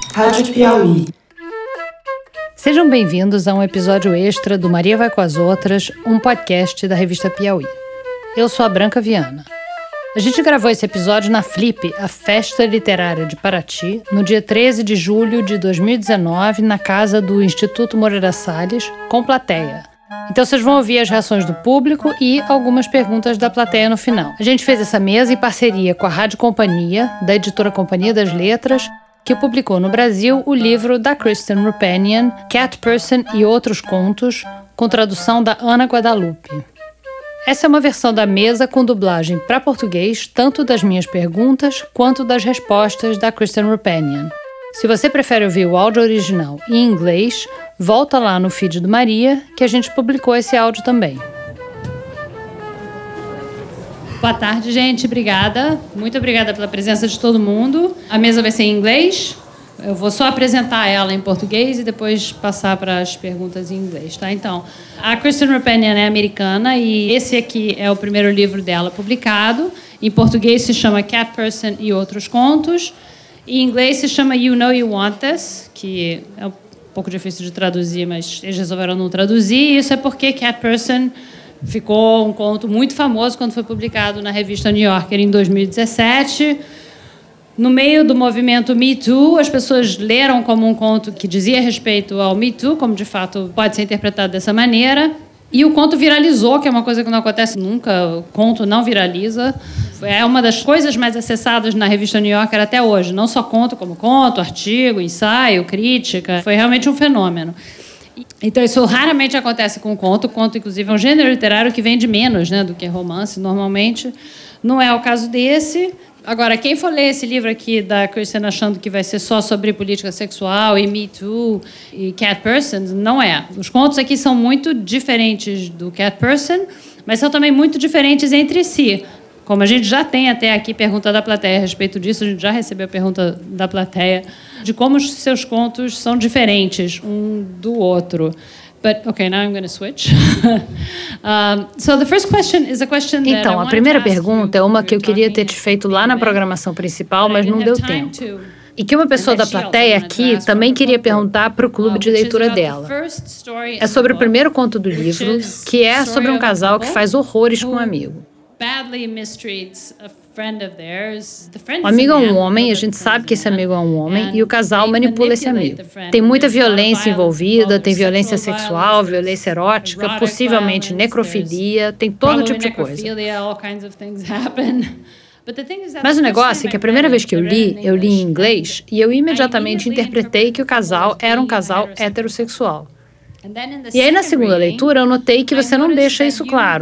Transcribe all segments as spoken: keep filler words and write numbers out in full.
Rádio Piauí. Sejam bem-vindos a um episódio extra do Maria Vai com as Outras, um podcast da revista Piauí. Eu sou a Branca Viana. A gente gravou esse episódio na Flip, a Festa Literária de Paraty, no dia treze de julho de dois mil e dezenove, na casa do Instituto Moreira Salles, com plateia. Então vocês vão ouvir as reações do público e algumas perguntas da plateia no final. A gente fez essa mesa em parceria com a Rádio Companhia, da editora Companhia das Letras, que publicou no Brasil o livro da Kristen Roupenian, Cat Person e Outros Contos, com tradução da Ana Guadalupe. Essa é uma versão da mesa com dublagem para português, tanto das minhas perguntas quanto das respostas da Kristen Roupenian. Se você prefere ouvir o áudio original em inglês, volta lá no feed do Maria, que a gente publicou esse áudio também. Boa tarde, gente. Obrigada. Muito obrigada pela presença de todo mundo. A mesa vai ser em inglês. Eu vou só apresentar ela em português e depois passar para as perguntas em inglês, tá? Então, a Kristen Roupenian é americana e esse aqui é o primeiro livro dela publicado. Em português se chama Cat Person e Outros Contos. Em inglês se chama You Know You Want This, que é um pouco difícil de traduzir, mas eles resolveram não traduzir. E isso é porque Cat Person ficou um conto muito famoso quando foi publicado na revista New Yorker em dois mil e dezessete. No meio do movimento Me Too, as pessoas leram como um conto que dizia respeito ao Me Too, como de fato pode ser interpretado dessa maneira. E o conto viralizou, que é uma coisa que não acontece nunca. O conto não viraliza. É uma das coisas mais acessadas na revista New Yorker até hoje. Não só conto, como conto, artigo, ensaio, crítica. Foi realmente um fenômeno. Então, isso raramente acontece com conto. O conto, inclusive, é um gênero literário que vende menos, né, do que romance, normalmente. Não é o caso desse. Agora, quem for ler esse livro aqui da Kristen achando que vai ser só sobre política sexual e Me Too e Cat Person, não é. Os contos aqui são muito diferentes do Cat Person, mas são também muito diferentes entre si. Como a gente já tem até aqui pergunta da plateia a respeito disso, a gente já recebeu pergunta da plateia de como os seus contos são diferentes um do outro. But okay, now I'm going to switch. um, so the first question is a question that Então, a primeira pergunta é uma que eu queria ter te feito lá na programação principal, mas não deu tempo. E que uma pessoa da plateia aqui também queria perguntar para o clube de leitura dela. É sobre o primeiro conto do livro, que é sobre um casal que faz horrores com um amigo. O amigo é um homem, a gente sabe que esse amigo é um homem, e o casal manipula esse amigo. Tem muita violência envolvida, tem violência sexual, violência erótica, possivelmente necrofilia, tem todo tipo de coisa. Mas o negócio é que a primeira vez que eu li, eu li em inglês, e eu imediatamente interpretei que o casal era um casal heterossexual. E aí, na segunda leitura, eu notei que você não deixa isso claro.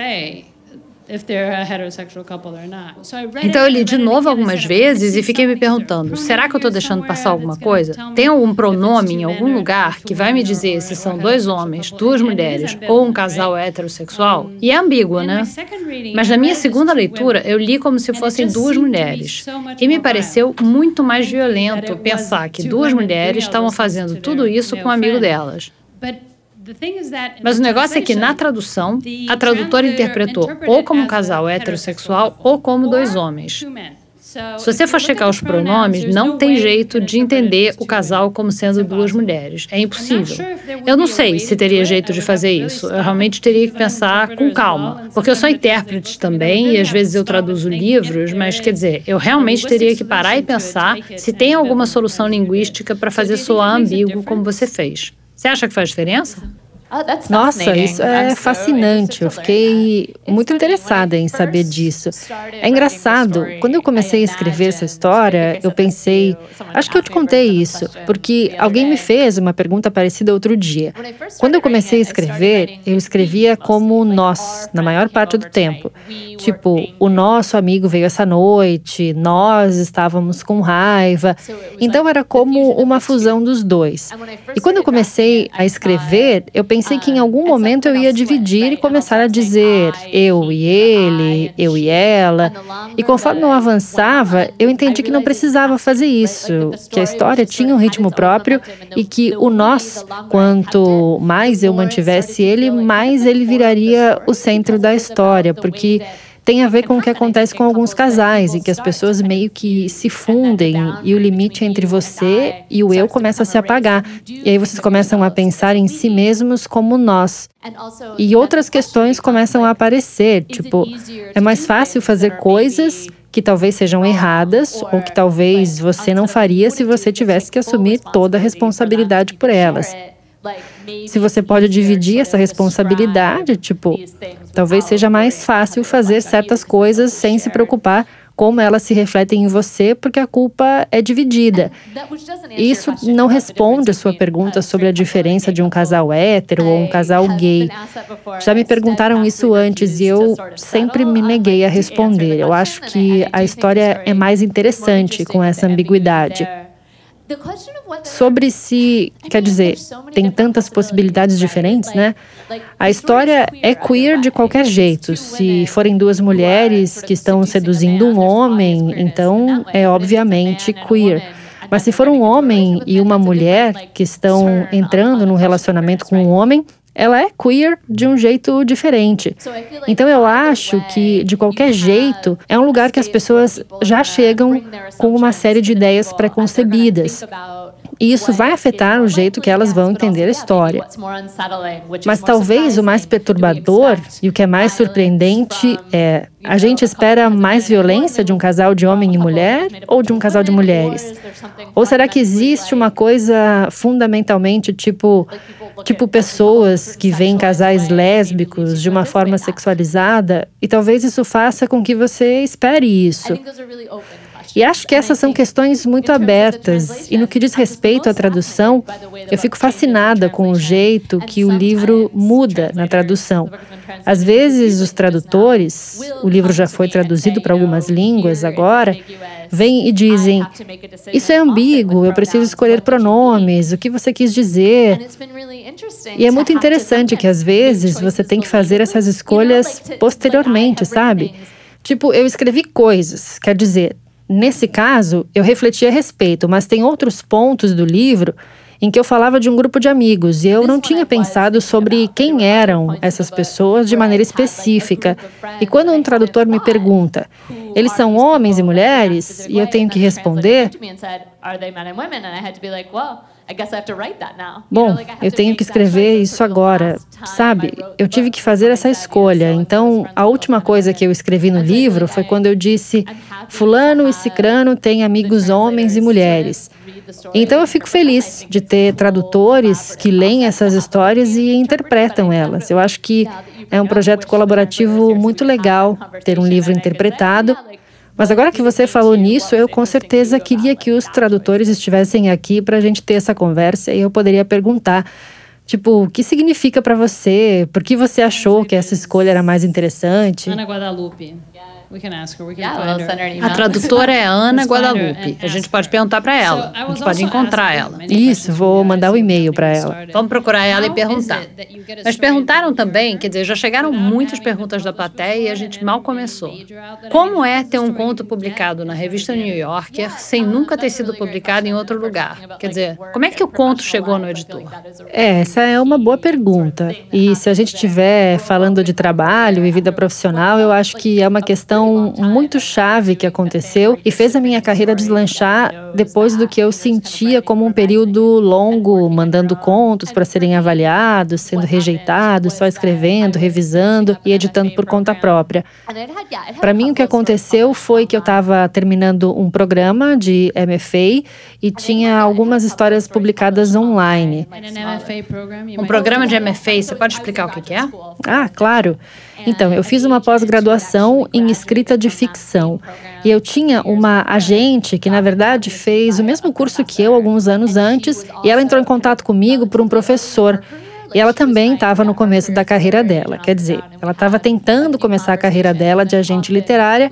Então eu li de novo algumas vezes e fiquei me perguntando, será que eu estou deixando passar alguma coisa? Tem algum pronome em algum lugar que vai me dizer se são dois homens, duas mulheres ou um casal heterossexual? E é ambíguo, né? Mas na minha segunda leitura eu li como se fossem duas mulheres. E me pareceu muito mais violento pensar que duas mulheres estavam fazendo tudo isso com um amigo delas. Mas o negócio é que, na tradução, a tradutora interpretou ou como um casal heterossexual ou como dois homens. Se você for checar os pronomes, não tem jeito de entender o casal como sendo duas mulheres. É impossível. Eu não sei se teria jeito de fazer isso. Eu realmente teria que pensar com calma. Porque eu sou intérprete também e às vezes eu traduzo livros, mas, quer dizer, eu realmente teria que parar e pensar se tem alguma solução linguística para fazer soar ambíguo como você fez. Você acha que faz diferença? Nossa, isso é fascinante. Eu fiquei muito interessada em saber disso. É engraçado, quando eu comecei a escrever essa história, eu pensei, acho que eu te contei isso, porque alguém me fez uma pergunta parecida outro dia. Quando eu comecei a escrever, eu escrevia como nós, na maior parte do tempo. Tipo, o nosso amigo veio essa noite, nós estávamos com raiva. Então era como uma fusão dos dois. E quando eu comecei a escrever, eu pensei Pensei que em algum momento eu ia dividir e começar a dizer eu e ele, eu e ela. E conforme eu avançava, eu entendi que não precisava fazer isso, que a história tinha um ritmo próprio e que o nós, quanto mais eu mantivesse ele, mais ele viraria o centro da história, porque tem a ver com o que acontece com alguns casais, em que as pessoas meio que se fundem e o limite entre você e o eu começa a se apagar. E aí vocês começam a pensar em si mesmos como nós. E outras questões começam a aparecer, tipo, é mais fácil fazer coisas que talvez sejam erradas ou que talvez você não faria se você tivesse que assumir toda a responsabilidade por elas. Se você pode dividir essa responsabilidade, tipo, talvez seja mais fácil fazer certas coisas sem se preocupar como elas se refletem em você, porque a culpa é dividida. Isso não responde a sua pergunta sobre a diferença de um casal hétero ou um casal gay. Já me perguntaram isso antes e eu sempre me neguei a responder. Eu acho que a história é mais interessante com essa ambiguidade. Sobre se, quer dizer, tem tantas possibilidades diferentes, né? A história é queer de qualquer jeito. Se forem duas mulheres que estão seduzindo um homem, então é obviamente queer. Mas se for um homem e uma mulher que estão entrando num relacionamento com um homem, ela é queer de um jeito diferente. Então eu acho que, de qualquer jeito, é um lugar que as pessoas já chegam com uma série de ideias pré-concebidas. E isso vai afetar o jeito que elas vão entender a história. Mas talvez o mais perturbador e o que é mais surpreendente é: a gente espera mais violência de um casal de homem e mulher ou de um casal de mulheres? Ou será que existe uma coisa fundamentalmente tipo, tipo pessoas que veem casais lésbicos de uma forma sexualizada e talvez isso faça com que você espere isso? E acho que essas são questões muito abertas. E no que diz respeito à tradução, eu fico fascinada com o jeito que o livro muda na tradução. Às vezes, os tradutores, o livro já foi traduzido para algumas línguas agora, vêm e dizem: isso é ambíguo, eu preciso escolher pronomes, o que você quis dizer? E é muito interessante que, às vezes, você tem que fazer essas escolhas posteriormente, sabe? Tipo, eu escrevi coisas, quer dizer, nesse caso, eu refleti a respeito, mas tem outros pontos do livro em que eu falava de um grupo de amigos e eu não tinha pensado sobre quem eram essas pessoas de maneira específica. E quando um tradutor me pergunta, eles são homens e mulheres? E eu tenho que responder, bom, eu tenho que escrever isso agora, sabe? Eu tive que fazer essa escolha. Então, a última coisa que eu escrevi no livro foi quando eu disse: fulano e cicrano têm amigos homens e mulheres. Então, eu fico feliz de ter tradutores que leem essas histórias e interpretam elas. Eu acho que é um projeto colaborativo muito legal ter um livro interpretado. Mas agora que você falou nisso, eu com certeza queria que os tradutores estivessem aqui para a gente ter essa conversa e eu poderia perguntar, tipo, o que significa para você? Por que você achou que essa escolha era mais interessante? Ana Guadalupe. We can ask her. We can Yeah, find we'll send her an her. email. A tradutora é Ana Let's find her Guadalupe. and A gente ask pode her. perguntar para ela. So, I A was gente pode also encontrar asking ela. many Isso, questions vou from you mandar o guys e-mail when para we ela. started. Vamos procurar ela e How perguntar. is it that you get a Mas story perguntaram from também, here quer dizer, já chegaram without muitas having the perguntas da published plateia e a before gente and mal any começou. major out that Como any é ter um story conto you get publicado na in revista terms New of- Yorker sem nunca ter sido publicado em outro lugar? Quer dizer, como é que o conto chegou no editor? É, essa é uma boa pergunta. E se a gente estiver falando de trabalho e vida profissional, eu acho que é uma questão muito chave que aconteceu e fez a minha carreira deslanchar depois do que eu sentia como um período longo, mandando contos para serem avaliados, sendo rejeitados, só escrevendo, revisando e editando por conta própria. Para mim, o que aconteceu foi que eu estava terminando um programa de M F A e tinha algumas histórias publicadas online. In an M F A program, you Um might- programa de M F A, você pode explicar o que que é? Ah, claro. Então, eu fiz uma pós-graduação em escrita de ficção. E eu tinha uma agente que, na verdade, fez o mesmo curso que eu alguns anos antes, e ela entrou em contato comigo por um professor. E ela também estava no começo da carreira dela, quer dizer, ela estava tentando começar a carreira dela de agente literária.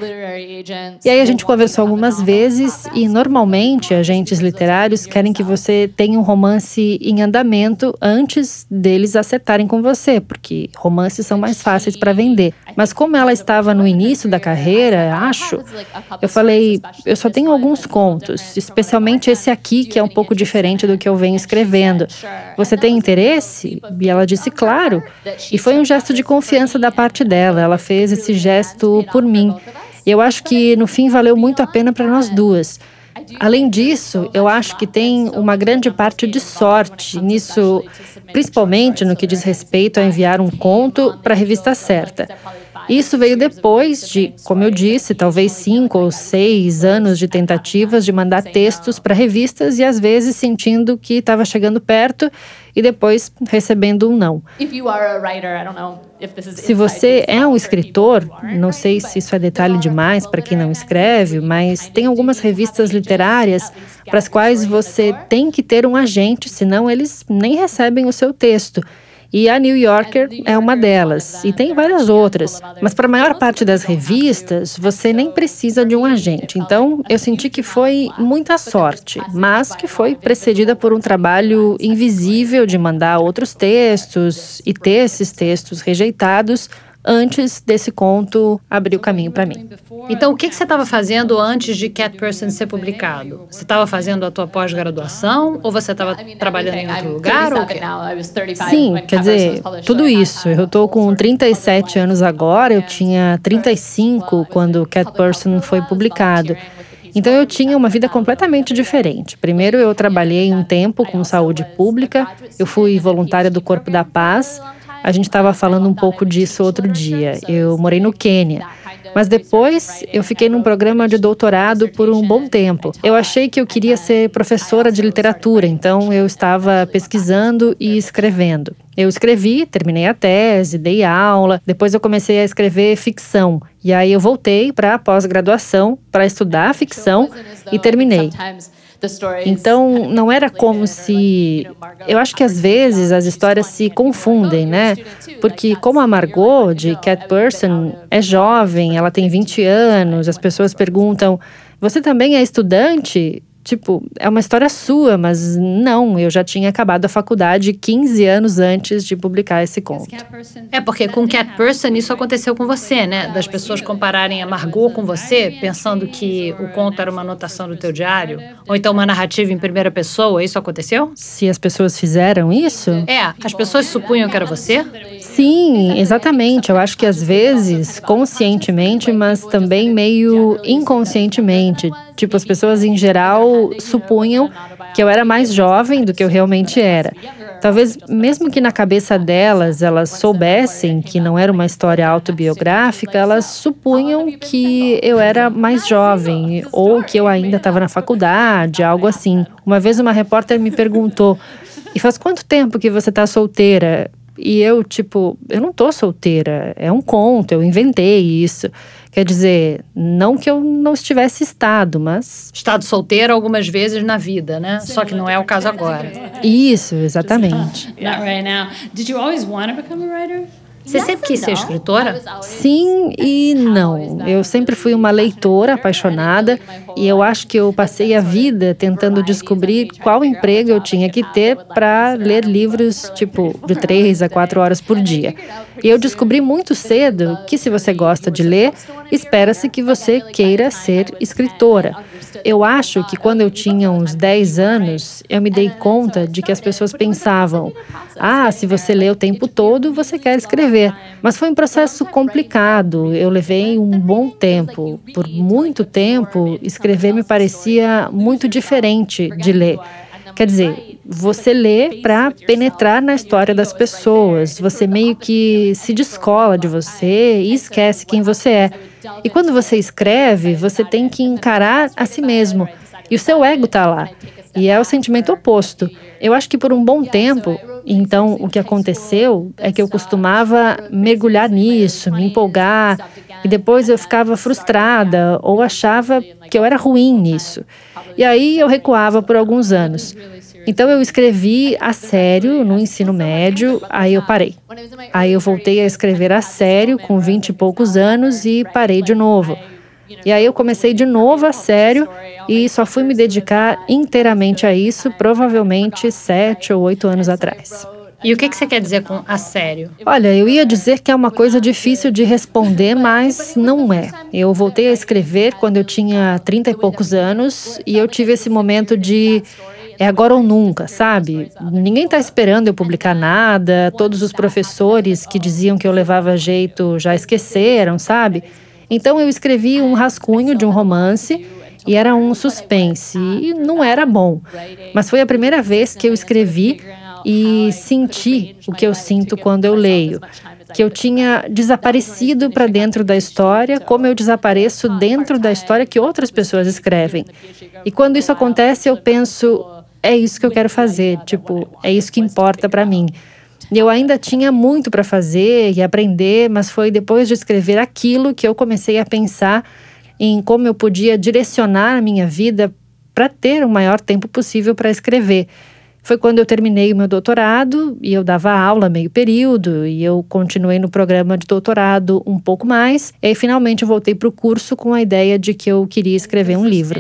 E aí a gente conversou algumas vezes e, normalmente, agentes literários querem que você tenha um romance em andamento antes deles acertarem com você, porque romances são mais fáceis para vender. Mas como ela estava no início da carreira, acho, eu falei, eu só tenho alguns contos, especialmente esse aqui, que é um pouco diferente do que eu venho escrevendo. Você tem interesse? E ela disse, claro. E foi um gesto de confiança da parte dela. Ela fez esse gesto por mim. E eu acho que, no fim, valeu muito a pena para nós duas. Além disso, eu acho que tem uma grande parte de sorte nisso, principalmente no que diz respeito a enviar um conto para a revista certa. Isso veio depois de, como eu disse, talvez cinco ou seis anos de tentativas de mandar textos para revistas e às vezes sentindo que estava chegando perto e depois recebendo um não. Se você é um escritor, não sei se isso é detalhe demais para quem não escreve, mas tem algumas revistas literárias para as quais você tem que ter um agente, senão eles nem recebem o seu texto. E a New Yorker é uma delas, e tem várias outras. Mas para a maior parte das revistas, você nem precisa de um agente. Então, eu senti que foi muita sorte, mas que foi precedida por um trabalho invisível de mandar outros textos e ter esses textos rejeitados antes desse conto abrir o caminho para mim. Então, o que, que você estava fazendo antes de Cat Person ser publicado? Você estava fazendo a tua pós-graduação ou você estava trabalhando em outro lugar? Ou o quê? Sim, quer dizer, tudo isso. Eu estou com trinta e sete anos agora, eu tinha trinta e cinco quando Cat Person foi publicado. Então, eu tinha uma vida completamente diferente. Primeiro, eu trabalhei um tempo com saúde pública, eu fui voluntária do Corpo da Paz. A gente estava falando um pouco disso outro dia. Eu morei no Quênia. Mas depois, eu fiquei num programa de doutorado por um bom tempo. Eu achei que eu queria ser professora de literatura, então eu estava pesquisando e escrevendo. Eu escrevi, terminei a tese, dei aula, depois eu comecei a escrever ficção. E aí eu voltei para a pós-graduação para estudar ficção e terminei. Então, não era como se... Eu acho que às vezes as histórias se confundem, né? Porque como a Margot, de Cat Person, é jovem, ela tem vinte anos, as pessoas perguntam, você também é estudante? Tipo, é uma história sua, mas não, eu já tinha acabado a faculdade quinze anos antes de publicar esse conto. É porque com Cat Person isso aconteceu com você, né? Das pessoas compararem a Margot com você, pensando que o conto era uma anotação do teu diário, ou então uma narrativa em primeira pessoa, isso aconteceu? Se as pessoas fizeram isso? É, as pessoas supunham que era você? Sim, exatamente. Eu acho que às vezes, conscientemente, mas também meio inconscientemente. Tipo, as pessoas em geral supunham que eu era mais jovem do que eu realmente era. Talvez, mesmo que na cabeça delas, elas soubessem que não era uma história autobiográfica, elas supunham que eu era mais jovem, ou que eu ainda estava na faculdade, algo assim. Uma vez uma repórter me perguntou, e faz quanto tempo que você está solteira? E eu, tipo, eu não tô solteira, é um conto, eu inventei isso. Quer dizer, não que eu não estivesse estado, mas... Estado solteira algumas vezes na vida, né? Só que não é o caso agora. Isso, exatamente. Not right now. Did you always want to become a writer? Você sempre quis ser escritora? Sim e não. Eu sempre fui uma leitora apaixonada e eu acho que eu passei a vida tentando descobrir qual emprego eu tinha que ter para ler livros, tipo, de três a quatro horas por dia. E eu descobri muito cedo que se você gosta de ler, espera-se que você queira ser escritora. Eu acho que quando eu tinha uns dez anos, eu me dei conta de que as pessoas pensavam, ah, se você lê o tempo todo, você quer escrever. Mas foi um processo complicado, eu levei um bom tempo. Por muito tempo, escrever me parecia muito diferente de ler. Quer dizer, você lê para penetrar na história das pessoas, você meio que se descola de você e esquece quem você é. E quando você escreve, você tem que encarar a si mesmo, e o seu ego está lá. E é o sentimento oposto. Eu acho que por um bom tempo, então o que aconteceu é que eu costumava mergulhar nisso, me empolgar, e depois eu ficava frustrada ou achava que eu era ruim nisso. E aí eu recuava por alguns anos. Então eu escrevi a sério no ensino médio, aí eu parei. Aí eu voltei a escrever a sério com vinte e poucos anos e parei de novo. E aí eu comecei de novo a sério e só fui me dedicar inteiramente a isso, provavelmente sete ou oito anos atrás. E o que, que você quer dizer com a sério? Olha, eu ia dizer que é uma coisa difícil de responder, mas não é. Eu voltei a escrever quando eu tinha trinta e poucos anos e eu tive esse momento de... é agora ou nunca, sabe? Ninguém tá esperando eu publicar nada, todos os professores que diziam que eu levava jeito já esqueceram, sabe? Então eu escrevi um rascunho de um romance e era um suspense, e não era bom. Mas foi a primeira vez que eu escrevi e senti o que eu sinto quando eu leio. Que eu tinha desaparecido para dentro da história, como eu desapareço dentro da história que outras pessoas escrevem. E quando isso acontece, eu penso, é isso que eu quero fazer, tipo, é isso que importa para mim. E eu ainda tinha muito para fazer e aprender, mas foi depois de escrever aquilo que eu comecei a pensar em como eu podia direcionar a minha vida para ter o maior tempo possível para escrever. Foi quando eu terminei o meu doutorado e eu dava aula meio período e eu continuei no programa de doutorado um pouco mais. E aí, finalmente, eu voltei para o curso com a ideia de que eu queria escrever um livro.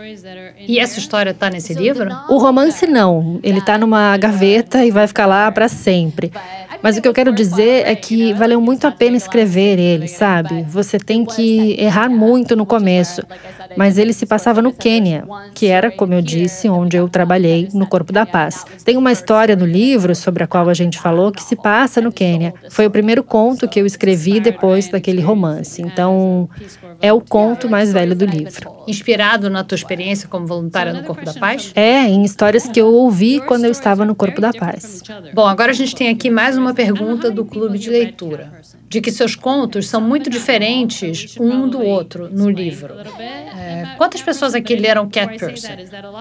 E essa história está nesse livro? O romance não. Ele está numa gaveta e vai ficar lá para sempre. Mas o que eu quero dizer é que valeu muito a pena escrever ele, sabe? Você tem que errar muito no começo. Mas ele se passava no Quênia, que era, como eu disse, onde eu trabalhei no Corpo da Paz. Tem uma história no livro sobre a qual a gente falou que se passa no Quênia. Foi o primeiro conto que eu escrevi depois daquele romance. Então, é o conto mais velho do livro. Inspirado na tua experiência como voluntária no Corpo da Paz? É, em histórias que eu ouvi quando eu estava no Corpo da Paz. Bom, agora a gente tem aqui mais uma pergunta do Clube de Leitura. De que seus contos são muito diferentes um do outro no livro. É, quantas pessoas aqui leram Cat Person?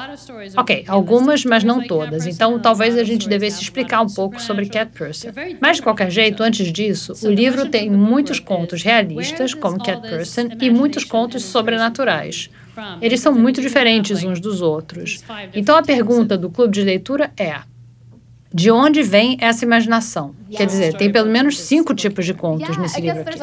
Ok, algumas, mas não todas. Então, talvez a gente devesse explicar um pouco sobre Cat Person. Mas, de qualquer jeito, antes disso, o livro tem muitos contos realistas, como Cat Person, e muitos contos sobrenaturais. Eles são muito diferentes uns dos outros. Então, a pergunta do Clube de Leitura é: de onde vem essa imaginação? Quer dizer, tem pelo menos cinco tipos de contos nesse livro aqui.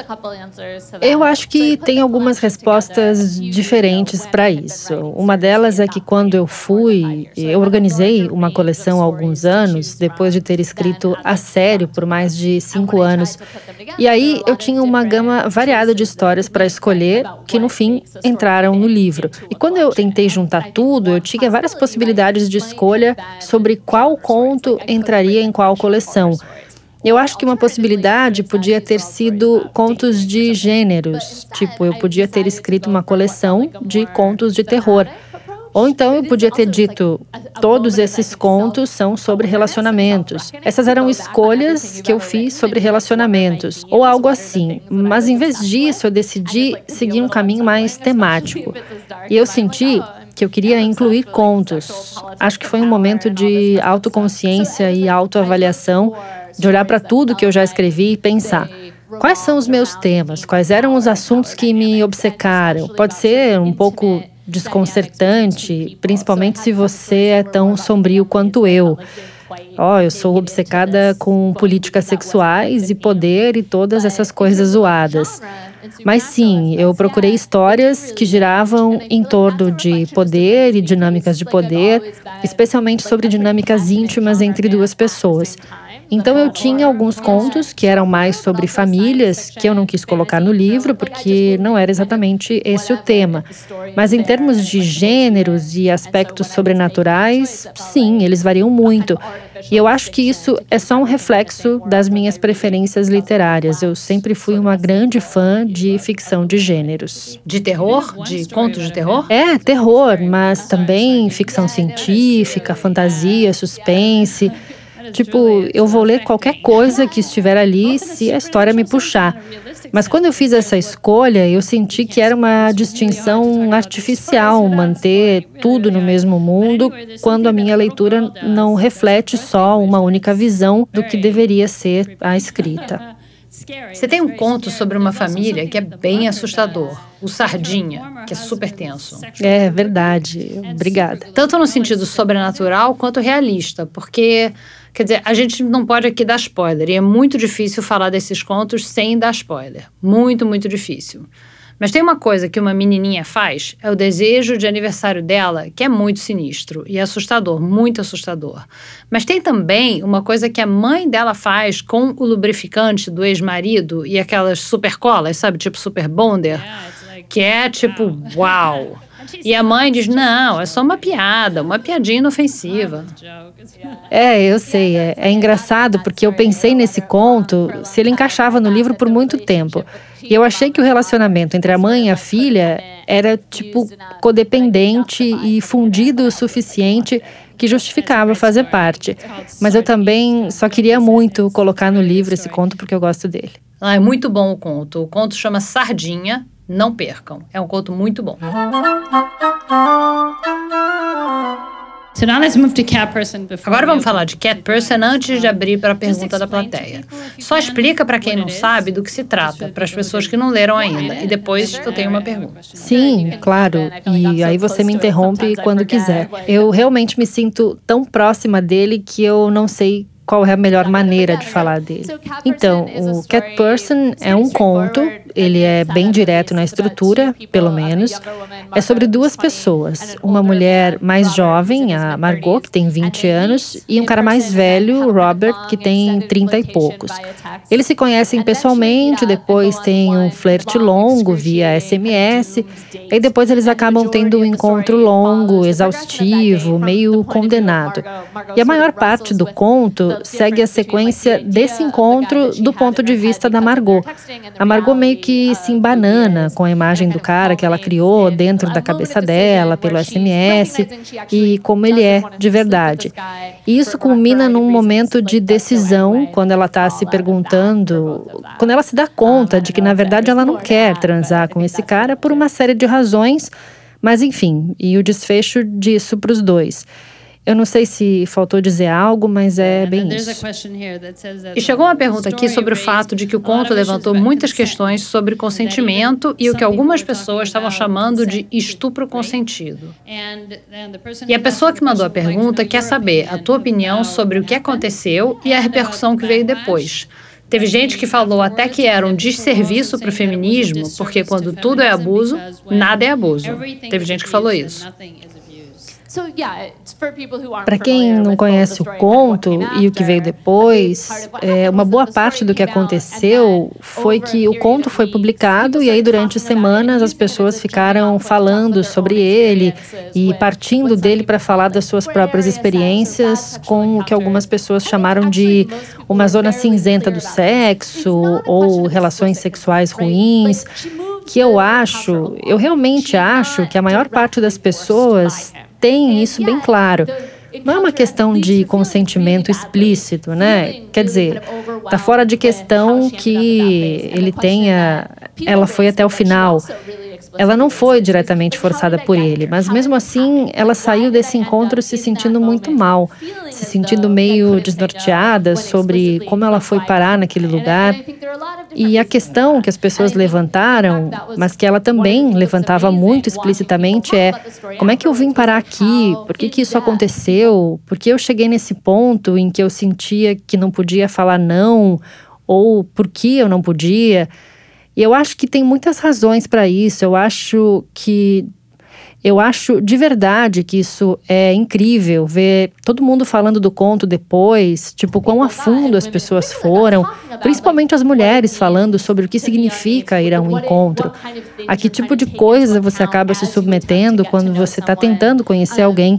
Eu acho que tem algumas respostas diferentes para isso. Uma delas é que quando eu fui, eu organizei uma coleção há alguns anos, depois de ter escrito a sério por mais de cinco anos. E aí eu tinha uma gama variada de histórias para escolher, que no fim entraram no livro. E quando eu tentei juntar tudo, eu tinha várias possibilidades de escolha sobre qual conto entraria em qual coleção. Eu acho que uma possibilidade podia ter sido contos de gêneros. Tipo, eu podia ter escrito uma coleção de contos de terror. Ou então eu podia ter dito, todos esses contos são sobre relacionamentos. Essas eram escolhas que eu fiz sobre relacionamentos, ou algo assim. Mas em vez disso, eu decidi seguir um caminho mais temático. E eu senti que eu queria incluir contos. Acho que foi um momento de autoconsciência e autoavaliação, de olhar para tudo que eu já escrevi e pensar: quais são os meus temas? Quais eram os assuntos que me obcecaram? Pode ser um pouco desconcertante, principalmente se você é tão sombrio quanto eu. Ó, oh, eu sou obcecada com políticas sexuais e poder e todas essas coisas zoadas. Mas sim, eu procurei histórias que giravam em torno de poder e dinâmicas de poder, especialmente sobre dinâmicas íntimas entre duas pessoas. Então eu tinha alguns contos que eram mais sobre famílias, que eu não quis colocar no livro, porque não era exatamente esse o tema. Mas em termos de gêneros e aspectos sobrenaturais, sim, eles variam muito. E eu acho que isso é só um reflexo das minhas preferências literárias. Eu sempre fui uma grande fã de ficção de gêneros. De terror? De contos de terror? É, terror, mas também ficção científica, fantasia, suspense. Tipo, eu vou ler qualquer coisa que estiver ali se a história me puxar. Mas quando eu fiz essa escolha, eu senti que era uma distinção artificial manter tudo no mesmo mundo, quando a minha leitura não reflete só uma única visão do que deveria ser a escrita. Você tem um conto sobre uma família que é bem assustador, o Sardinha, que é super tenso. É verdade, obrigada. Tanto no sentido sobrenatural quanto realista, porque, quer dizer, a gente não pode aqui dar spoiler, e é muito difícil falar desses contos sem dar spoiler. Muito, muito difícil. Mas tem uma coisa que uma menininha faz, é o desejo de aniversário dela, que é muito sinistro e assustador, muito assustador. Mas tem também uma coisa que a mãe dela faz com o lubrificante do ex-marido e aquelas super colas, sabe, tipo super bonder, que é tipo, uau. E a mãe diz, não, é só uma piada, uma piadinha inofensiva. É, eu sei. É, é engraçado porque eu pensei nesse conto se ele encaixava no livro por muito tempo. E eu achei que o relacionamento entre a mãe e a filha era, tipo, codependente e fundido o suficiente que justificava fazer parte. Mas eu também só queria muito colocar no livro esse conto porque eu gosto dele. Ah, é muito bom o conto. O conto chama Sardinha. Não percam. É um conto muito bom. Agora vamos falar de Cat Person antes de abrir para a pergunta da plateia. Só explica para quem não sabe do que se trata, para as pessoas que não leram ainda. E depois eu tenho uma pergunta. Sim, claro. E aí você me interrompe quando quiser. Eu realmente me sinto tão próxima dele que eu não sei qual é a melhor maneira de falar dele. Então, o Cat Person é um conto, ele é bem direto na estrutura, pelo menos. É sobre duas pessoas, uma mulher mais jovem, a Margot, que tem vinte anos, e um cara mais velho, o Robert, que tem trinta e poucos. Eles se conhecem pessoalmente, depois tem um flerte longo via S M S, e depois eles acabam tendo um encontro longo, exaustivo, meio condenado. E a maior parte do conto segue a sequência desse encontro do ponto de vista da Margot. A Margot meio que se embanana com a imagem do cara que ela criou dentro da cabeça dela, pelo S M S, e como ele é de verdade. E isso culmina num momento de decisão, quando ela está se perguntando, quando ela se dá conta de que, na verdade, ela não quer transar com esse cara por uma série de razões, mas enfim, e o desfecho disso para os dois. Eu não sei se faltou dizer algo, mas é bem isso. E chegou uma pergunta aqui sobre o fato de que o conto levantou muitas questões sobre consentimento e o que algumas pessoas estavam chamando de estupro consentido. E a pessoa que mandou a pergunta quer saber a tua opinião sobre o que aconteceu e a repercussão que veio depois. Teve gente que falou até que era um desserviço para o feminismo, porque quando tudo é abuso, nada é abuso. Teve gente que falou isso. Para quem não conhece o conto e o que veio depois, é, uma boa parte do que aconteceu foi que o conto foi publicado e aí durante semanas as pessoas ficaram falando sobre ele e partindo dele para falar das suas próprias experiências com o que algumas pessoas chamaram de uma zona cinzenta do sexo ou relações sexuais ruins, que eu acho, eu realmente acho que a maior parte das pessoas tem isso bem claro. Não é uma questão de consentimento explícito, né? Quer dizer, tá fora de questão que ele tenha... Ela foi até o final. Ela não foi diretamente forçada por ele, mas mesmo assim, ela saiu desse encontro se sentindo muito mal, se sentindo meio desnorteada sobre como ela foi parar naquele lugar. E a questão que as pessoas levantaram, mas que ela também levantava muito explicitamente é: como é que eu vim parar aqui? Por que que isso aconteceu? Por que eu cheguei nesse ponto em que eu sentia que não podia falar não? Ou por que eu não podia? E eu acho que tem muitas razões para isso. Eu acho que... Eu acho de verdade que isso é incrível, ver todo mundo falando do conto depois, tipo, quão a fundo as pessoas foram, principalmente as mulheres falando sobre o que significa ir a um encontro, a que tipo de coisa você acaba se submetendo quando você está tentando conhecer alguém.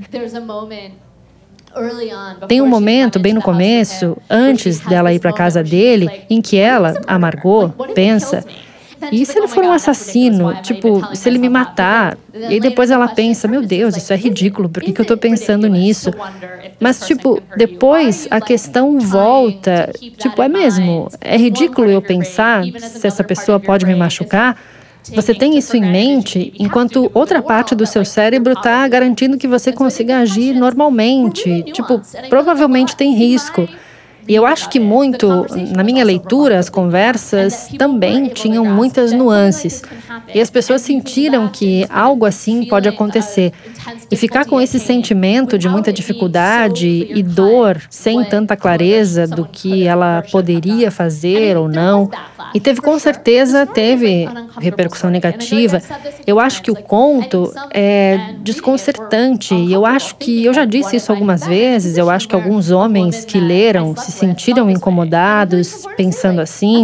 Tem um momento, bem no começo, antes dela ir para a casa dele, em que ela, a Margot, pensa... E se ele for um assassino? Tipo, se ele me matar? E aí depois ela pensa, meu Deus, isso é ridículo, por que que eu tô pensando nisso? Mas, tipo, depois a questão volta, tipo, é mesmo, é ridículo eu pensar se essa pessoa pode me machucar? Você tem isso em mente, enquanto outra parte do seu cérebro está garantindo que você consiga agir normalmente. Tipo, provavelmente tem risco. E eu acho que muito, na minha leitura, as conversas também tinham muitas nuances. E as pessoas sentiram que algo assim pode acontecer. E ficar com esse sentimento de muita dificuldade e dor, sem tanta clareza do que ela poderia fazer ou não. E teve, com certeza, teve repercussão negativa. Eu acho que o conto é desconcertante. E eu acho que, eu já disse isso algumas vezes, eu acho que alguns homens que leram se sentiram incomodados, pensando assim,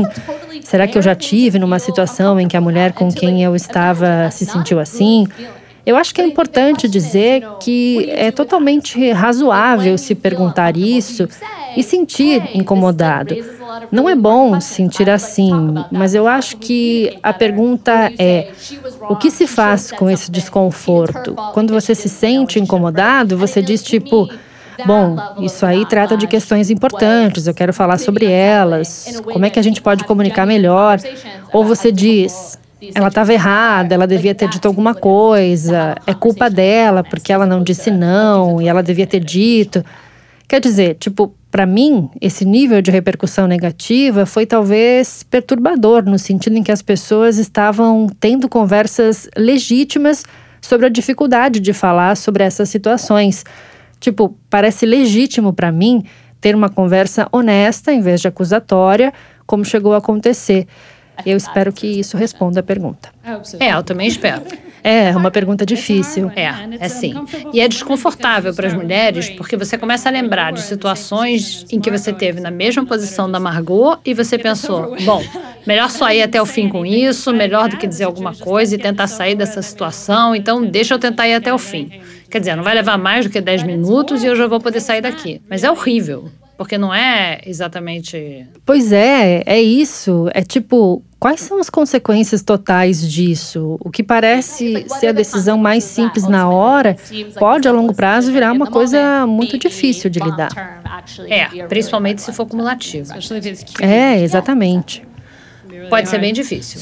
Será que eu já tive numa situação em que a mulher com quem eu estava se sentiu assim? Eu acho que é importante dizer que é totalmente razoável se perguntar isso e sentir incomodado. Não é bom sentir assim, mas eu acho que a pergunta é: o que se faz com esse desconforto? Quando você se sente incomodado, você diz tipo: bom, isso aí trata de questões importantes, eu quero falar sobre elas, como é que a gente pode comunicar melhor? Ou você diz: ela estava errada, ela devia ter dito alguma coisa, é culpa dela porque ela não disse não e ela devia ter dito. Quer dizer, tipo, para mim, esse nível de repercussão negativa foi talvez perturbador, no sentido em que as pessoas estavam tendo conversas legítimas sobre a dificuldade de falar sobre essas situações. Tipo, parece legítimo para mim ter uma conversa honesta em vez de acusatória, como chegou a acontecer. Eu espero que isso responda a pergunta. É, eu também espero. É, uma pergunta difícil. É, é sim. E é desconfortável para as mulheres porque você começa a lembrar de situações em que você teve na mesma posição da Margot e você pensou, bom, melhor só ir até o fim com isso, melhor do que dizer alguma coisa e tentar sair dessa situação, então deixa eu tentar ir até o fim. Quer dizer, não vai levar mais do que dez minutos e eu já vou poder sair daqui. Mas é horrível, porque não é exatamente... Pois é, é isso. É tipo, quais são as consequências totais disso? O que parece ser a decisão mais simples na hora pode, a longo prazo, virar uma coisa muito difícil de lidar. É, principalmente se for cumulativo. É, exatamente. Pode ser bem difícil.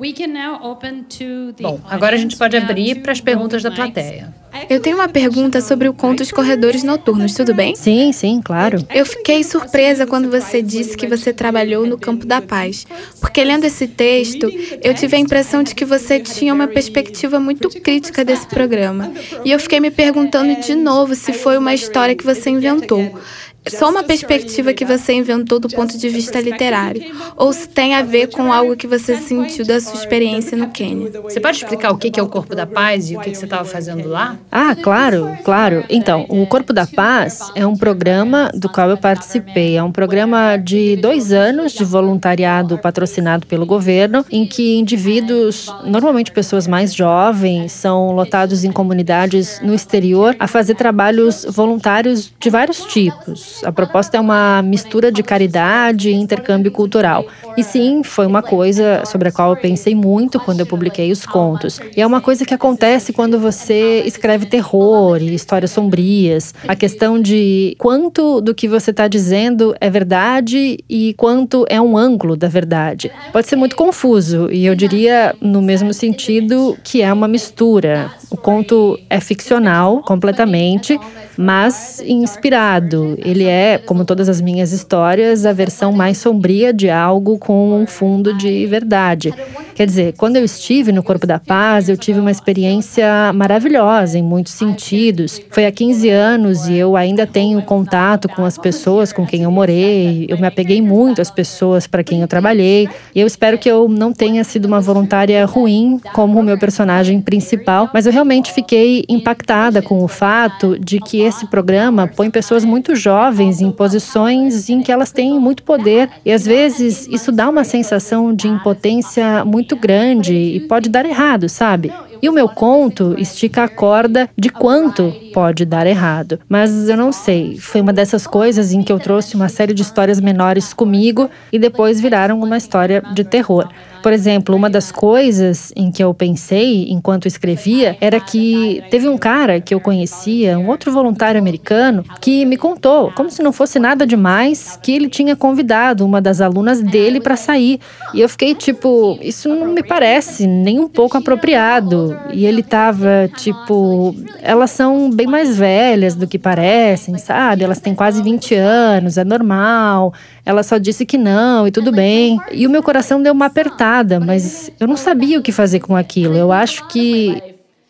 Bom, agora a gente pode abrir para as perguntas da plateia. Eu tenho uma pergunta sobre o conto Os Corredores Noturnos, tudo bem? Sim, sim, claro. Eu fiquei surpresa quando você disse que você trabalhou no campo da paz, porque lendo esse texto, eu tive a impressão de que você tinha uma perspectiva muito crítica desse programa. E eu fiquei me perguntando de novo se foi uma história que você inventou. Só uma perspectiva que você inventou do ponto de vista literário, ou se tem a ver com algo que você sentiu da sua experiência no Quênia. Você pode explicar o que é o Corpo da Paz e o que você estava fazendo lá? Ah, claro, claro. Então, o Corpo da Paz é um programa do qual eu participei. É um programa de dois anos de voluntariado patrocinado pelo governo, em que indivíduos, normalmente pessoas mais jovens, são lotados em comunidades no exterior a fazer trabalhos voluntários de vários tipos. A proposta é uma mistura de caridade e intercâmbio cultural. E sim, foi uma coisa sobre a qual eu pensei muito quando eu publiquei os contos. E é uma coisa que acontece quando você escreve terror e histórias sombrias. A questão de quanto do que você está dizendo é verdade e quanto é um ângulo da verdade. Pode ser muito confuso e eu diria, no mesmo sentido, que é uma mistura. O conto é ficcional, completamente, mas inspirado. Ele é, como todas as minhas histórias, a versão mais sombria de algo com um fundo de verdade. Quer dizer, quando eu estive no Corpo da Paz, eu tive uma experiência maravilhosa em muitos sentidos. Foi há quinze anos e eu ainda tenho contato com as pessoas com quem eu morei. Eu me apeguei muito às pessoas para quem eu trabalhei. E eu espero que eu não tenha sido uma voluntária ruim como o meu personagem principal, mas eu realmente fiquei impactada com o fato de que esse programa põe pessoas muito jovens em posições em que elas têm muito poder e às vezes isso dá uma sensação de impotência muito grande e pode dar errado, sabe? E o meu conto estica a corda de quanto pode dar errado. Mas eu não sei, foi uma dessas coisas em que eu trouxe uma série de histórias menores comigo e depois viraram uma história de terror. Por exemplo, uma das coisas em que eu pensei enquanto escrevia era que teve um cara que eu conhecia, um outro voluntário americano, que me contou, como se não fosse nada demais, que ele tinha convidado uma das alunas dele para sair. E eu fiquei tipo, isso não me parece nem um pouco apropriado. E ele tava tipo, elas são bem mais velhas do que parecem, sabe? Elas têm quase vinte anos, é normal. Ela só disse que não e tudo bem. E o meu coração deu uma apertada, mas eu não sabia o que fazer com aquilo. Eu acho que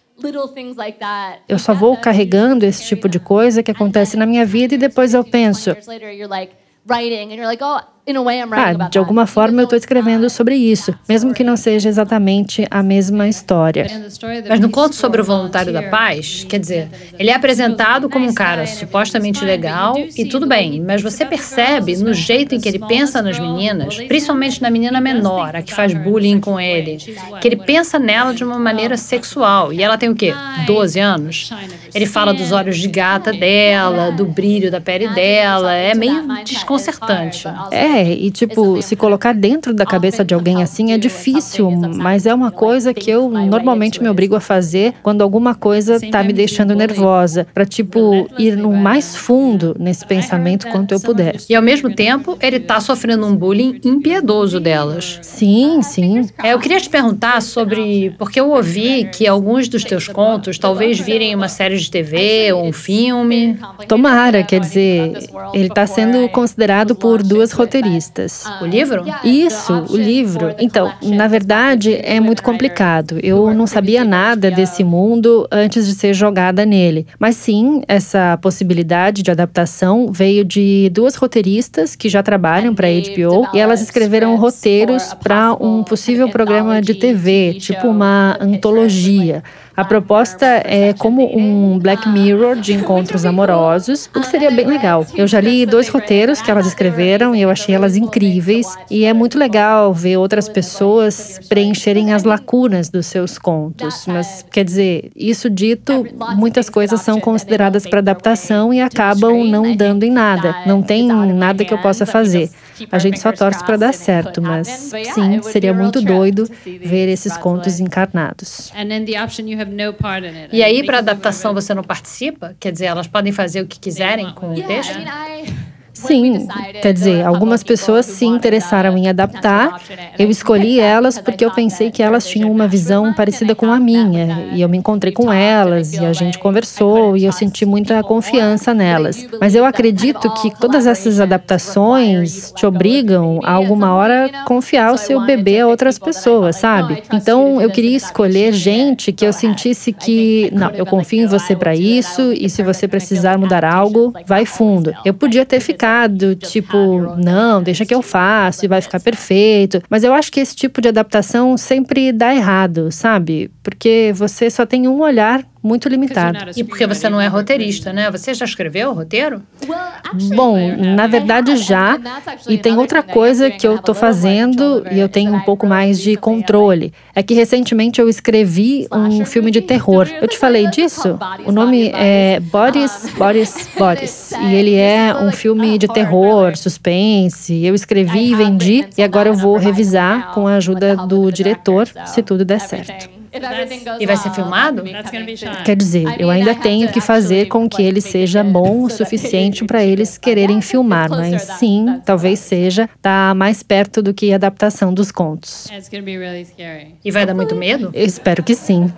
eu só vou carregando esse tipo de coisa que acontece na minha vida e depois eu penso, Ah, de alguma forma eu estou escrevendo sobre isso, mesmo que não seja exatamente a mesma história. Mas no conto sobre o voluntário da paz, quer dizer, ele é apresentado como um cara supostamente legal e tudo bem, mas você percebe no jeito em que ele pensa nas meninas, principalmente na menina menor, a que faz bullying com ele, que ele pensa nela de uma maneira sexual. E ela tem o quê? doze anos? Ele fala dos olhos de gata dela, do brilho da pele dela, é meio desconcertante. É, e tipo, se colocar dentro da cabeça de alguém assim é difícil, mas é uma coisa que eu normalmente me obrigo a fazer quando alguma coisa tá me deixando nervosa, pra tipo, ir no mais fundo nesse pensamento quanto eu puder. E ao mesmo tempo, ele tá sofrendo um bullying impiedoso delas. Sim, sim. É, eu queria te perguntar sobre, porque eu ouvi que alguns dos teus contos talvez virem uma série de T V ou um filme. Tomara, quer dizer, ele tá sendo considerado por duas roteiristas. O livro? Isso, o livro. Então, na verdade, é muito complicado. Eu não sabia nada desse mundo antes de ser jogada nele. Mas sim, essa possibilidade de adaptação veio de duas roteiristas que já trabalham para a H B O e elas escreveram roteiros para um possível programa de T V, tipo uma antologia. A proposta é como um Black Mirror de encontros amorosos, o que seria bem legal. Eu já li dois roteiros que elas escreveram e eu achei elas incríveis. E é muito legal ver outras pessoas preencherem as lacunas dos seus contos. Mas, quer dizer, isso dito, muitas coisas são consideradas para adaptação e acabam não dando em nada. Não tem nada que eu possa fazer. A gente só torce para dar certo, mas sim, seria muito doido ver esses contos encarnados. E aí, para adaptação, você não participa? Quer dizer, elas podem fazer o que quiserem com o texto? Sim, quer dizer, algumas pessoas se interessaram em adaptar. Eu escolhi elas porque eu pensei que elas tinham uma visão parecida com a minha. E eu me encontrei com elas, e a gente conversou, e eu senti muita confiança nelas. Mas eu acredito que todas essas adaptações te obrigam, a alguma hora, confiar o seu bebê a outras pessoas, sabe? Então, eu queria escolher gente que eu sentisse que, não, eu confio em você para isso, e se você precisar mudar algo, vai fundo. Eu podia ter ficado tipo, não, deixa que eu faço e vai ficar perfeito. Mas eu acho que esse tipo de adaptação sempre dá errado, sabe? Porque você só tem um olhar muito limitado. E porque você não é roteirista, né? Você já escreveu o roteiro? Bom, na verdade já. E tem outra coisa que eu tô fazendo e eu tenho um pouco mais de controle. É que recentemente eu escrevi um filme de terror. Eu te falei disso? O nome é Bodies, Bodies, Bodies. E ele é um filme de terror, suspense. Eu escrevi e vendi. E agora eu vou revisar com a ajuda do diretor, se tudo der certo. E vai ser filmado? Quer dizer, eu ainda tenho que fazer com que ele seja bom o suficiente para eles quererem filmar, mas sim, talvez seja, tá mais perto do que a adaptação dos contos. E vai dar muito medo? Eu espero que sim.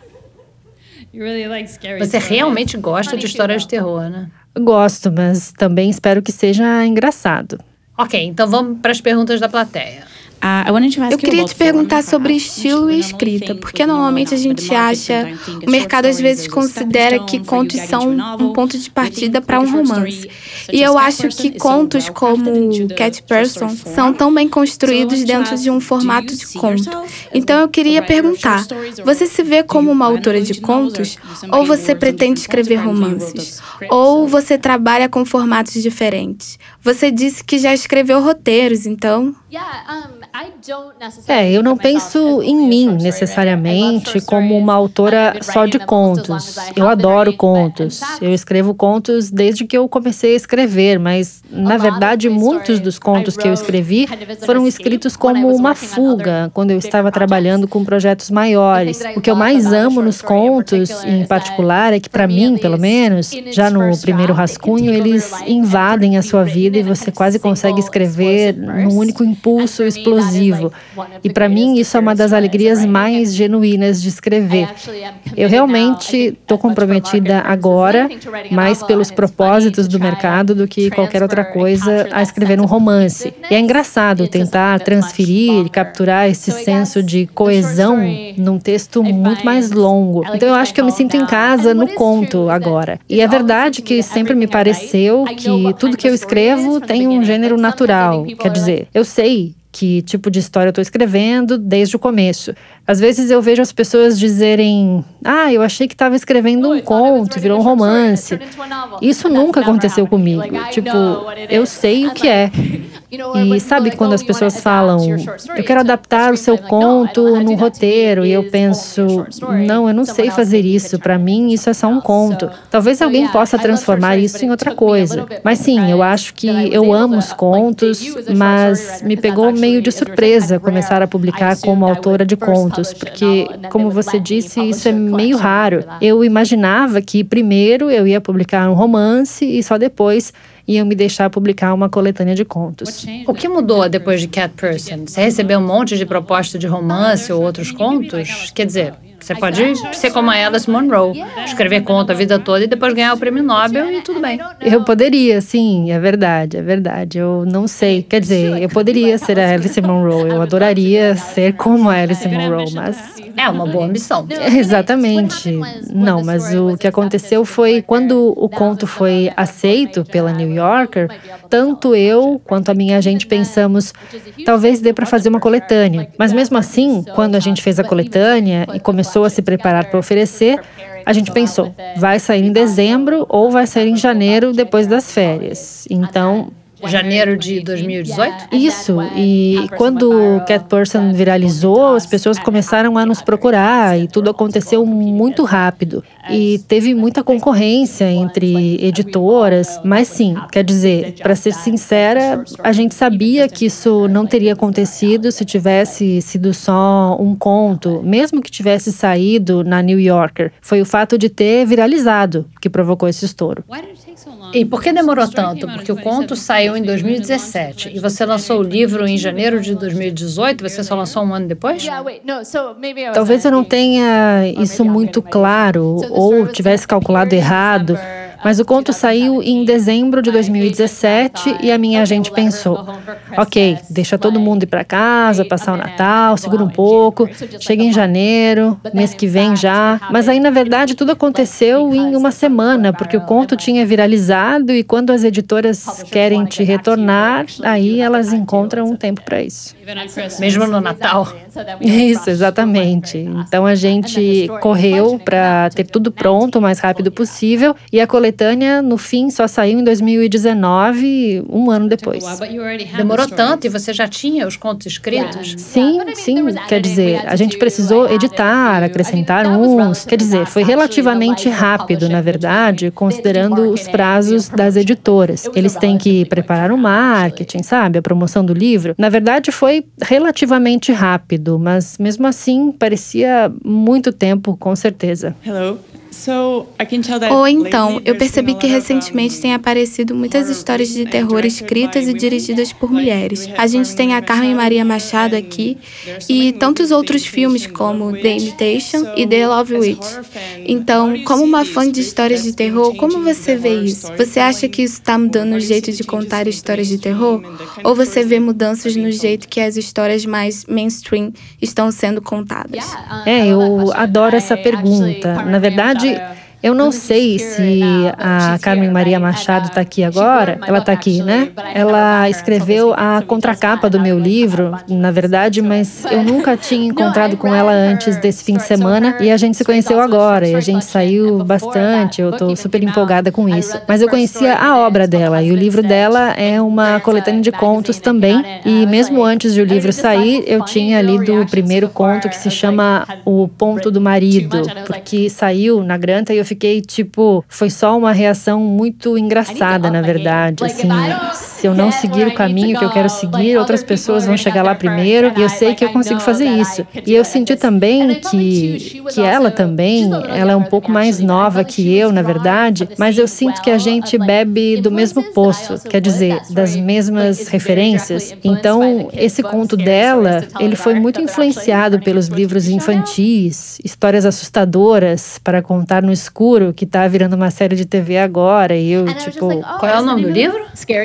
Você realmente gosta de histórias de terror, né? Gosto, mas também espero que seja engraçado. Ok, então vamos para as perguntas da plateia. Eu queria te perguntar sobre estilo e escrita, porque normalmente a gente acha, o mercado às vezes considera que contos são um ponto de partida para um romance. E eu acho que contos como Cat Person são tão bem construídos dentro de um formato de conto. Então eu queria perguntar, você se vê como uma autora de contos? Ou você pretende escrever romances? Ou você trabalha com formatos diferentes? Você disse que já escreveu roteiros, então... É, eu não penso em mim necessariamente como uma autora só de contos. Eu adoro contos. Eu escrevo contos desde que eu comecei a escrever, mas, na verdade, muitos dos contos que eu escrevi foram escritos como uma fuga, quando eu estava trabalhando com projetos maiores. O que eu mais amo nos contos, em particular, é que, para mim, pelo menos, já no primeiro rascunho, eles invadem a sua vida e você quase consegue escrever num único impulso. impulso explosivo. E para mim isso é uma das alegrias mais genuínas de escrever. Eu realmente estou comprometida agora, mais pelos propósitos do mercado do que qualquer outra coisa, a escrever um romance. E é engraçado tentar transferir e capturar esse senso de coesão num texto muito mais longo. Então eu acho que eu me sinto em casa no conto agora. E é verdade que sempre me pareceu que tudo que eu escrevo tem um gênero natural. Quer dizer, eu sei que tipo de história eu estou escrevendo desde o começo. Às vezes eu vejo as pessoas dizerem: ah, eu achei que estava escrevendo um conto, virou um romance. Isso nunca aconteceu comigo. Tipo, eu sei o que é. E sabe quando as pessoas falam: eu quero adaptar o seu conto num roteiro, e eu penso: não, eu não sei fazer isso, para mim isso é só um conto. Talvez alguém possa transformar isso em outra coisa. Mas sim, eu acho que eu amo os contos, mas me pegou meio de surpresa começar a publicar como autora de contos, porque, como você disse, isso é meio raro. Eu imaginava que primeiro eu ia publicar um romance e só depois iam me deixar publicar uma coletânea de contos. O que mudou depois de Cat Person? Você recebeu um monte de proposta de romance ou outros contos? Quer dizer, você pode ser como a Alice Munro, escrever conto a vida toda e depois ganhar o prêmio Nobel e tudo bem. Eu poderia, sim, é verdade, é verdade. Eu não sei, quer dizer, eu poderia ser a Alice Munro, eu adoraria ser como a Alice Munro, mas... É uma boa ambição. Exatamente. Não, mas o que aconteceu foi, quando o conto foi aceito pela New Yorker, tanto eu quanto a minha agente pensamos, talvez dê para fazer uma coletânea. Mas mesmo assim, quando a gente fez a coletânea e começou a se preparar para oferecer, a gente pensou, vai sair em dezembro ou vai sair em janeiro depois das férias. Então... Janeiro de dois mil e dezoito? Isso, e quando Cat Person viralizou, as pessoas começaram a nos procurar e tudo aconteceu muito rápido. E teve muita concorrência entre editoras, mas sim, quer dizer, para ser sincera, a gente sabia que isso não teria acontecido se tivesse sido só um conto, mesmo que tivesse saído na New Yorker. Foi o fato de ter viralizado que provocou esse estouro. E por que demorou tanto? Porque o conto saiu em dois mil e dezessete e você lançou o livro em janeiro de dois mil e dezoito, você só lançou um ano depois? Talvez eu não tenha isso muito claro ou tivesse calculado errado, mas o conto saiu em dezembro de dois mil e dezessete e a minha agente pensou, ok, deixa todo mundo ir para casa, passar o Natal, segura um pouco, chega em janeiro, mês que vem já. Mas aí, na verdade, tudo aconteceu em uma semana, porque o conto tinha viralizado e quando as editoras querem te retornar, aí elas encontram um tempo para isso. Mesmo no Natal? Isso, exatamente. Então a gente correu para ter tudo pronto o mais rápido possível e a coletânea, no fim, só saiu em dois mil e dezenove, um ano depois. Demorou tanto e você já tinha os contos escritos? Sim, sim. Quer dizer, a gente precisou editar, acrescentar uns. Quer dizer, foi relativamente rápido, na verdade, considerando os prazos das editoras. Eles têm que preparar o marketing, sabe? A promoção do livro. Na verdade, foi relativamente rápido, mas mesmo assim, parecia muito tempo, com certeza. Hello. Ou então, eu percebi que recentemente tem aparecido muitas histórias de terror escritas e dirigidas por mulheres. A gente tem a Carmen Maria Machado aqui e tantos outros filmes como The Imitation e The Love Witch. Então, como uma fã de histórias de terror, como você vê isso? Você acha que isso está mudando o jeito de contar histórias de terror? Ou você vê mudanças no jeito que as histórias mais mainstream estão sendo contadas? É, eu adoro essa pergunta. Na verdade, eu não sei se a Carmen Maria Machado está aqui agora. Ela está aqui, né? Ela escreveu a contracapa do meu livro, na verdade, mas eu nunca tinha encontrado com ela antes desse fim de semana e a gente se conheceu agora e a gente saiu bastante. Eu estou super empolgada com isso. Mas eu conhecia a obra dela e o livro dela é uma coletânea de contos também. E mesmo antes de o livro sair, eu tinha lido o primeiro conto que se chama O Ponto do Marido, porque saiu na Granta e eu fiquei, tipo, foi só uma reação muito engraçada, na verdade, assim. se eu não seguir o caminho que eu quero seguir, outras pessoas vão chegar lá primeiro, e eu sei que eu consigo fazer isso. E eu senti também que, que ela também, ela é um pouco mais nova que eu, na verdade, mas eu sinto que a gente bebe do mesmo poço, quer dizer, das mesmas referências. Então, esse conto dela, ele foi muito influenciado pelos livros infantis, histórias assustadoras para contar no escuro, que tá virando uma série de T V agora, e eu, tipo... Qual é o nome do livro?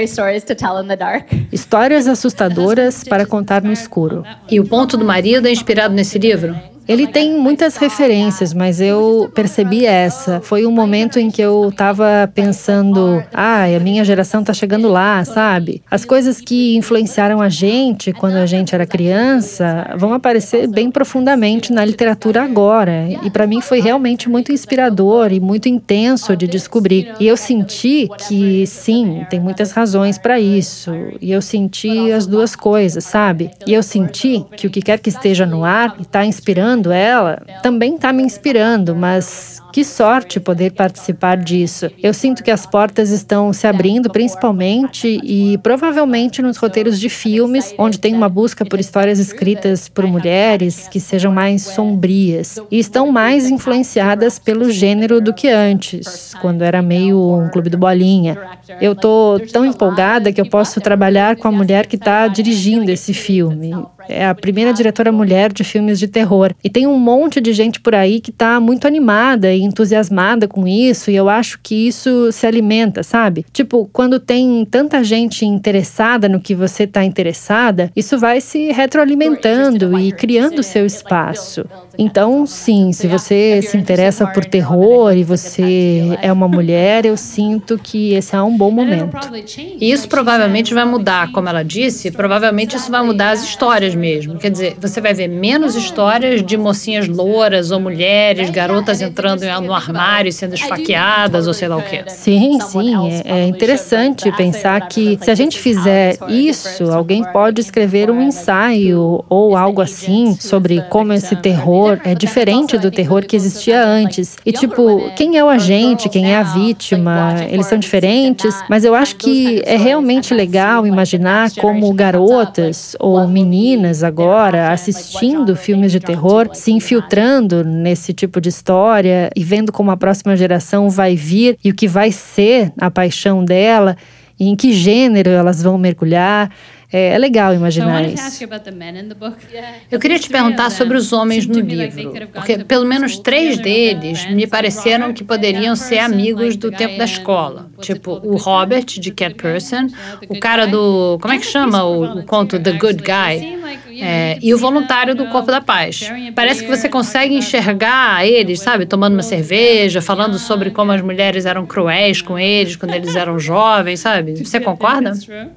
Histórias assustadoras para contar no escuro. E o ponto do marido é inspirado nesse livro? Ele tem muitas referências, mas eu percebi essa. Foi um momento em que eu estava pensando, ah, a minha geração está chegando lá, sabe? As coisas que influenciaram a gente quando a gente era criança vão aparecer bem profundamente na literatura agora. E para mim foi realmente muito inspirador e muito intenso de descobrir. E eu senti que, sim, tem muitas razões para isso. E eu senti as duas coisas, sabe? E eu senti que o que quer que esteja no ar e está inspirando ela, também está me inspirando, mas que sorte poder participar disso. Eu sinto que as portas estão se abrindo, principalmente e provavelmente nos roteiros de filmes, onde tem uma busca por histórias escritas por mulheres que sejam mais sombrias e estão mais influenciadas pelo gênero do que antes, quando era meio um clube do bolinha. Eu tô tão empolgada que eu posso trabalhar com a mulher que está dirigindo esse filme. É a primeira diretora mulher de filmes de terror. E tem um monte de gente por aí que está muito animada e entusiasmada com isso, e eu acho que isso se alimenta, sabe? Tipo, quando tem tanta gente interessada no que você está interessada, isso vai se retroalimentando e criando seu espaço. Então, sim, se você se interessa por terror e você é uma mulher, eu sinto que esse é um bom momento. E isso provavelmente vai mudar, como ela disse, provavelmente isso vai mudar as histórias mesmo. Quer dizer, você vai ver menos histórias de mocinhas louras ou mulheres, garotas entrando no armário e sendo esfaqueadas ou sei lá o quê. Sim, sim. É, é interessante pensar que se a gente fizer isso, alguém pode escrever um ensaio ou algo assim sobre como esse terror é diferente do terror que existia antes. E tipo, quem é o agente, quem é a vítima, eles são diferentes, mas eu acho que é realmente legal imaginar como garotas ou meninas agora assistindo filmes de terror, se infiltrando nesse tipo de história e vendo como a próxima geração vai vir e o que vai ser a paixão dela e em que gênero elas vão mergulhar. É, é legal imaginar isso. Eu queria te perguntar sobre os homens no livro, porque pelo menos três deles me pareceram que poderiam ser amigos do tempo da escola. Tipo, o Robert, de Cat Person, o cara do... como é que chama o, o conto The Good Guy? É, e o voluntário do Corpo da Paz. Parece que você consegue enxergar eles, sabe? Tomando uma cerveja, falando sobre como as mulheres eram cruéis com eles quando eles eram jovens, sabe? Você concorda?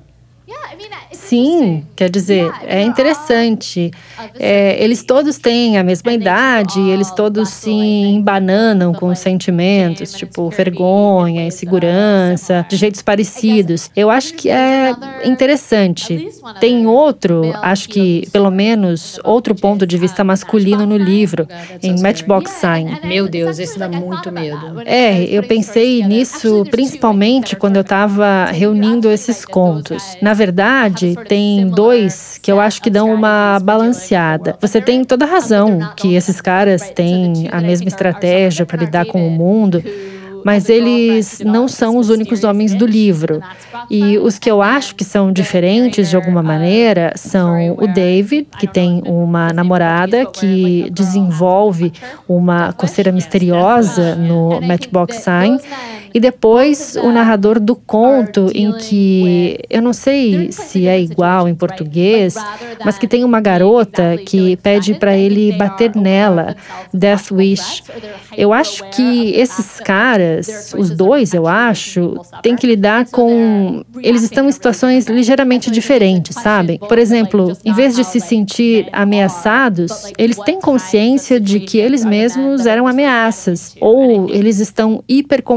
Sim, quer dizer, é interessante. É, eles todos têm a mesma idade, eles todos se embananam com sentimentos, tipo vergonha, insegurança, de jeitos parecidos. Eu acho que é interessante. Tem outro, acho que pelo menos outro ponto de vista masculino no livro, em Matchbox Sign. Meu Deus, esse dá muito medo. É, eu pensei nisso principalmente quando eu estava reunindo esses contos. Na verdade, tem dois que eu acho que dão uma balanceada. Você tem toda a razão que esses caras têm a mesma estratégia para lidar com o mundo, mas eles não são os únicos homens do livro. E os que eu acho que são diferentes de alguma maneira são o David, que tem uma namorada que desenvolve uma coceira misteriosa no Matchbox Sign, e depois o narrador do conto, em que eu não sei se é igual em português, mas que tem uma garota que pede para ele bater nela, Death Wish. Eu acho que esses caras, os dois, eu acho, têm que lidar com... Eles estão em situações ligeiramente diferentes, sabem? Por exemplo, em vez de se sentir ameaçados, eles têm consciência de que eles mesmos eram ameaças, ou eles estão hiperconscientes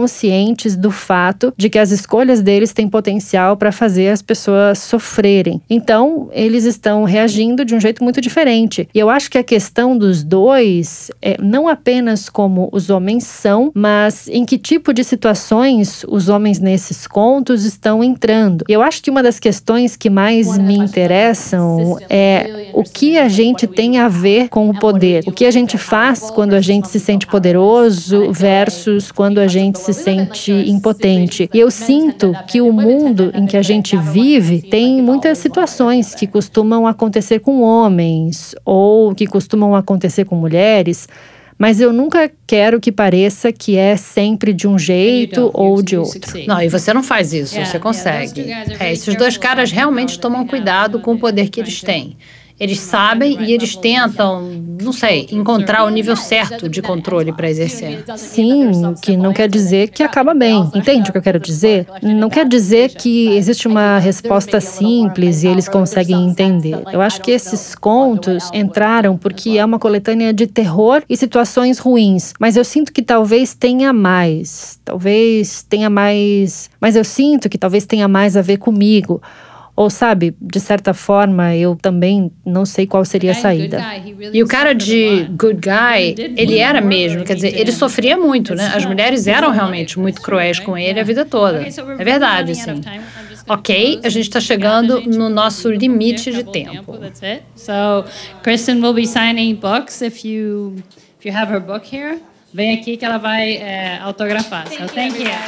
cientes do fato de que as escolhas deles têm potencial para fazer as pessoas sofrerem. Então, eles estão reagindo de um jeito muito diferente. E eu acho que a questão dos dois é não apenas como os homens são, mas em que tipo de situações os homens nesses contos estão entrando. E eu acho que uma das questões que mais me interessam é o que a gente tem a ver com o poder. O que a gente faz quando a gente se sente poderoso versus quando a gente se sente impotente. E eu sinto que o mundo em que a gente vive tem muitas situações que costumam acontecer com homens ou que costumam acontecer com mulheres, mas eu nunca quero que pareça que é sempre de um jeito ou de outro. Não, e você não faz isso, você consegue. É, esses dois caras realmente tomam cuidado com o poder que eles têm. Eles sabem e eles tentam, não sei, encontrar o nível certo de controle para exercer. Sim, o que não quer dizer que acaba bem. Entende o que eu quero dizer? Não quer dizer que existe uma resposta simples e eles conseguem entender. Eu acho que esses contos entraram porque é uma coletânea de terror e situações ruins. Mas eu sinto que talvez tenha mais. Talvez tenha mais... Mas eu sinto que talvez tenha mais a ver comigo. Ou, sabe, de certa forma, eu também não sei qual seria a saída. E o cara de Good Guy, ele era mesmo, quer dizer, ele sofria muito, né? As mulheres eram realmente muito cruéis com ele a vida toda. É verdade, sim. Ok, a gente está chegando no nosso limite de tempo. So, Kristen will be signing books if you, if you have her book here. Vem aqui que ela vai é, autografar. So, thank you.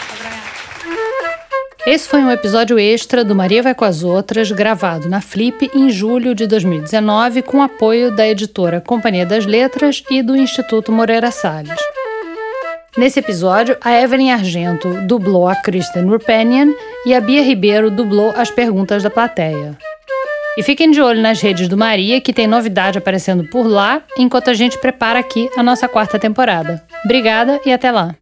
Esse foi um episódio extra do Maria Vai com as Outras, gravado na Flip em julho de dois mil e dezenove, com apoio da editora Companhia das Letras e do Instituto Moreira Salles. Nesse episódio, a Evelyn Argento dublou a Kristen Rupenian e a Bia Ribeiro dublou as perguntas da plateia. E fiquem de olho nas redes do Maria, que tem novidade aparecendo por lá, enquanto a gente prepara aqui a nossa quarta temporada. Obrigada e até lá!